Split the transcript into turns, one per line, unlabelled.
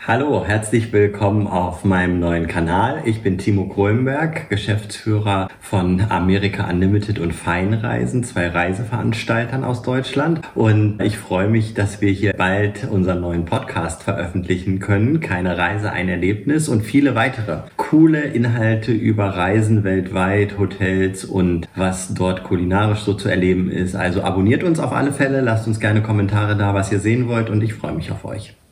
Hallo, herzlich willkommen auf meinem neuen Kanal. Ich bin Timo Kohlenberg, Geschäftsführer von America Unlimited und Feinreisen, 2 Reiseveranstaltern aus Deutschland. Und ich freue mich, dass wir hier bald unseren neuen Podcast veröffentlichen können. Keine Reise, ein Erlebnis und viele weitere coole Inhalte über Reisen weltweit, Hotels und was dort kulinarisch so zu erleben ist. Also abonniert uns auf alle Fälle, lasst uns gerne Kommentare da, was ihr sehen wollt und ich freue mich auf euch.